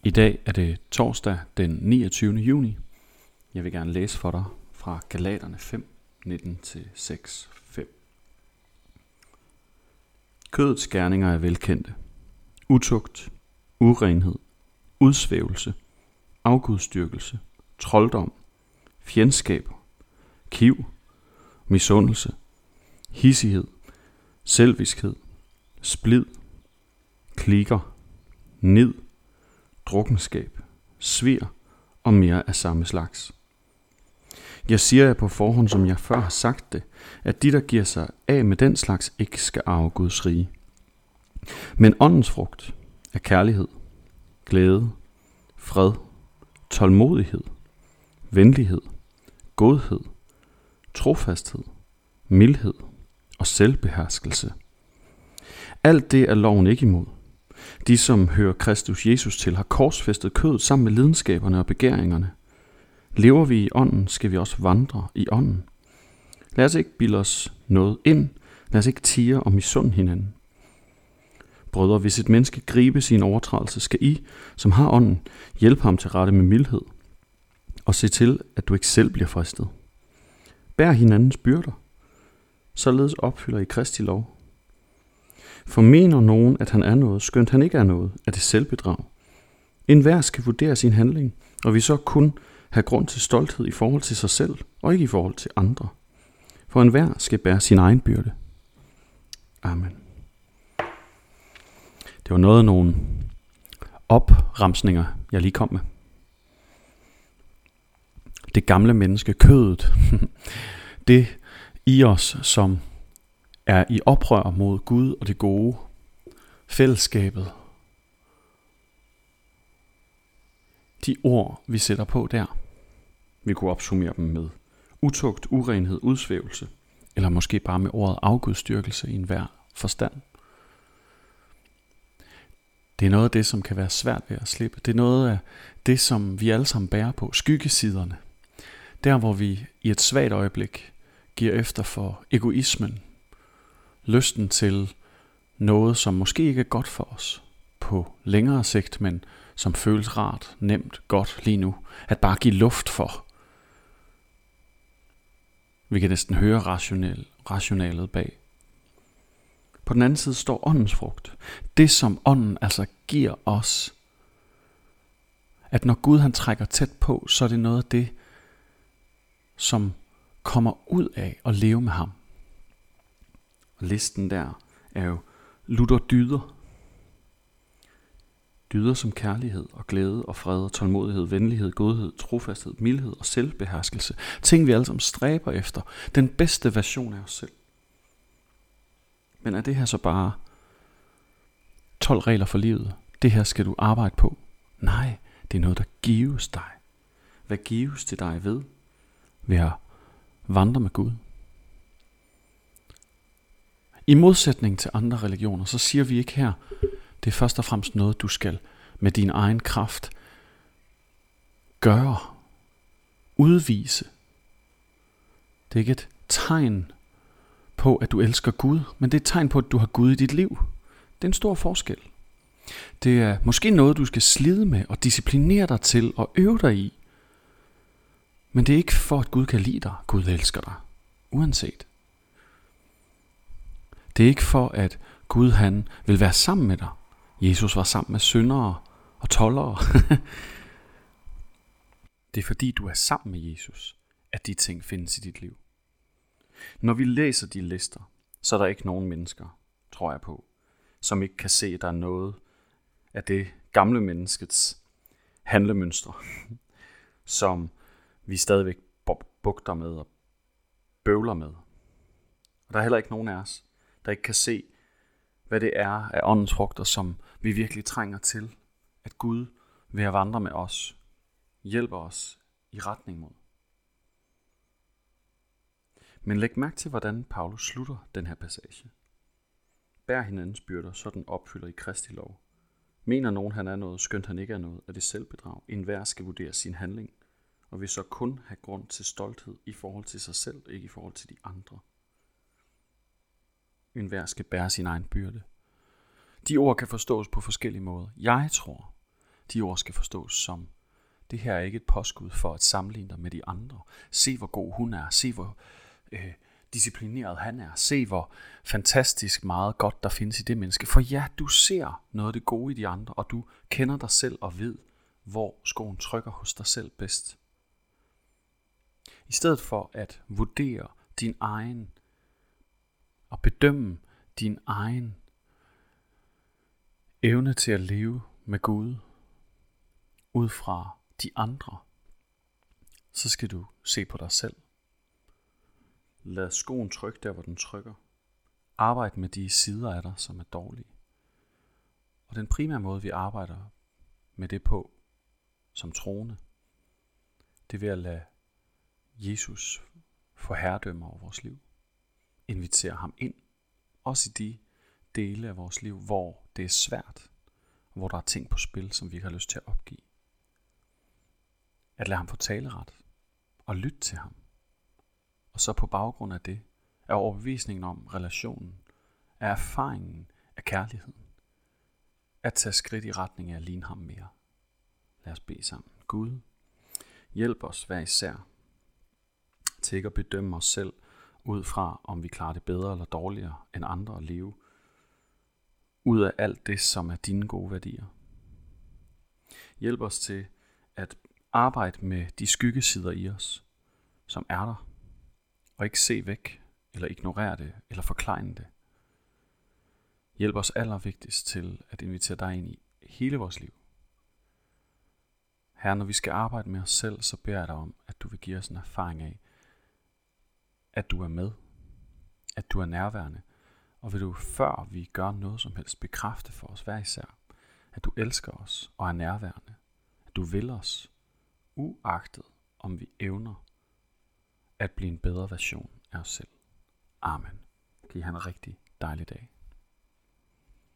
I dag er det torsdag den 29. juni. Jeg vil gerne læse for dig fra Galaterne 5, 19-6, 5. Kødets gerninger er velkendte. Utugt, urenhed, udsvævelse, afgudstyrkelse, trolddom, fjendskaber, kiv, misundelse, hissighed, selviskhed, splid, klikker, nid, drukkenskab, svir og mere af samme slags. Jeg siger jer på forhånd, som jeg før har sagt det, at de, der giver sig af med den slags, ikke skal arve Guds rige. Men åndens frugt er kærlighed, glæde, fred, tålmodighed, venlighed, godhed, trofasthed, mildhed og selvbeherskelse. Alt det er loven ikke imod. De, som hører Kristus Jesus til, har korsfæstet kødet sammen med lidenskaberne og begæringerne. Lever vi i ånden, skal vi også vandre i ånden. Lad os ikke bilde os noget ind. Lad os ikke tirre og misunde hinanden. Brødre, hvis et menneske griber sin overtrædelse, skal I, som har ånden, hjælpe ham til rette med mildhed, og se til, at du ikke selv bliver fristet. Bær hinandens byrder, således opfylder I Kristi lov. For mener nogen, at han er noget, skønt han ikke er noget, er det selvbedrag. Enhver skal vurdere sin handling, og vi så kun have grund til stolthed i forhold til sig selv, og ikke i forhold til andre. For enhver skal bære sin egen byrde. Amen. Det var noget af nogle opremsninger, jeg lige kom med. Det gamle menneske, kødet, det i os, som er i oprør mod Gud og det gode, fællesskabet. De ord, vi sætter på der, vi kunne opsummere dem med utugt, urenhed, udsvævelse, eller måske bare med ordet afgudstyrkelse i enhver forstand. Det er noget af det, som kan være svært ved at slippe. Det er noget af det, som vi alle sammen bærer på, skyggesiderne. Der, hvor vi i et svagt øjeblik giver efter for egoismen, lysten til noget, som måske ikke er godt for os på længere sigt, men som føles rart, nemt, godt lige nu, at bare give luft for. Vi kan næsten høre rationalet bag. På den anden side står åndens frugt. Det, som ånden altså giver os. At når Gud han trækker tæt på, så er det noget af det, som kommer ud af at leve med ham. Og listen der er jo lutter dyder. Dyder som kærlighed og glæde og fred og tålmodighed, venlighed, godhed, trofasthed, mildhed og selvbeherskelse. Ting vi alle sammen stræber efter. Den bedste version af os selv. Men er det her så bare 12 regler for livet? Det her skal du arbejde på? Nej, det er noget, der gives dig. Hvad gives til dig ved? Ved at vandre med Gud. I modsætning til andre religioner, så siger vi ikke her, det er først og fremmest noget, du skal med din egen kraft gøre, udvise. Det er ikke et tegn på, at du elsker Gud, men det er et tegn på, at du har Gud i dit liv. Det er en stor forskel. Det er måske noget, du skal slide med og disciplinere dig til og øve dig i. Men det er ikke for, at Gud kan lide dig. Gud elsker dig, uanset. Det er ikke for, at Gud han vil være sammen med dig. Jesus var sammen med syndere og toldere. Det er fordi, du er sammen med Jesus, at de ting findes i dit liv. Når vi læser de lister, så er der ikke nogen mennesker, tror jeg på, som ikke kan se, at der er noget af det gamle menneskets handlemønstre, som vi stadigvæk bugter med og bøvler med. Og der er heller ikke nogen af os, der ikke kan se, hvad det er af åndens frugter, som vi virkelig trænger til, at Gud ved at vandre med os, hjælper os i retning mod. Men læg mærke til, hvordan Paulus slutter den her passage. Bær hinandens byrder, så den opfylder I Kristi lov. Mener nogen, han er noget, skønt han ikke er noget, er det selvbedrag. Enhver skal vurdere sin handling, og vil så kun have grund til stolthed i forhold til sig selv, ikke i forhold til de andre. Enhver skal bære sin egen byrde. De ord kan forstås på forskellige måder. Jeg tror, De ord skal forstås som, det her er ikke et påskud for at sammenligne dig med de andre. Se hvor god hun er, se hvor disciplineret han er, se hvor fantastisk meget godt der findes i det menneske. For ja, du ser noget af det gode i de andre, og du kender dig selv og ved, hvor skoen trykker hos dig selv bedst. I stedet for at vurdere din egen og bedømme din egen evne til at leve med Gud ud fra de andre, så skal du se på dig selv. Lad skoen trykke der, hvor den trykker. Arbejd med de sider af dig, som er dårlige. Og den primære måde, vi arbejder med det på, som troende, det er ved at lade Jesus få herredømme over vores liv. Invitere ham ind, også i de dele af vores liv, hvor det er svært, hvor der er ting på spil, som vi ikke har lyst til at opgive. At lade ham få taleret og lytte til ham. Og så på baggrund af det, er overbevisningen om relationen, er erfaringen af kærligheden, at tage skridt i retning af at ligne ham mere. Lad os bede sammen. Gud, hjælp os hver især til ikke at bedømme os selv ud fra, om vi klarer det bedre eller dårligere end andre at leve, ud af alt det, som er dine gode værdier. Hjælp os til at arbejde med de skyggesider i os, som er der, og ikke se væk, eller ignorere det, eller forklejne det. Hjælp os allervigtigst til at invitere dig ind i hele vores liv. Herre, når vi skal arbejde med os selv, så beder jeg dig om, at du vil give os en erfaring af, at du er med, at du er nærværende, og vil du, før vi gør noget som helst, bekræfte for os hver især, at du elsker os og er nærværende, at du vil os, uagtet om vi evner at blive en bedre version af os selv. Amen. Giv han en rigtig dejlig dag.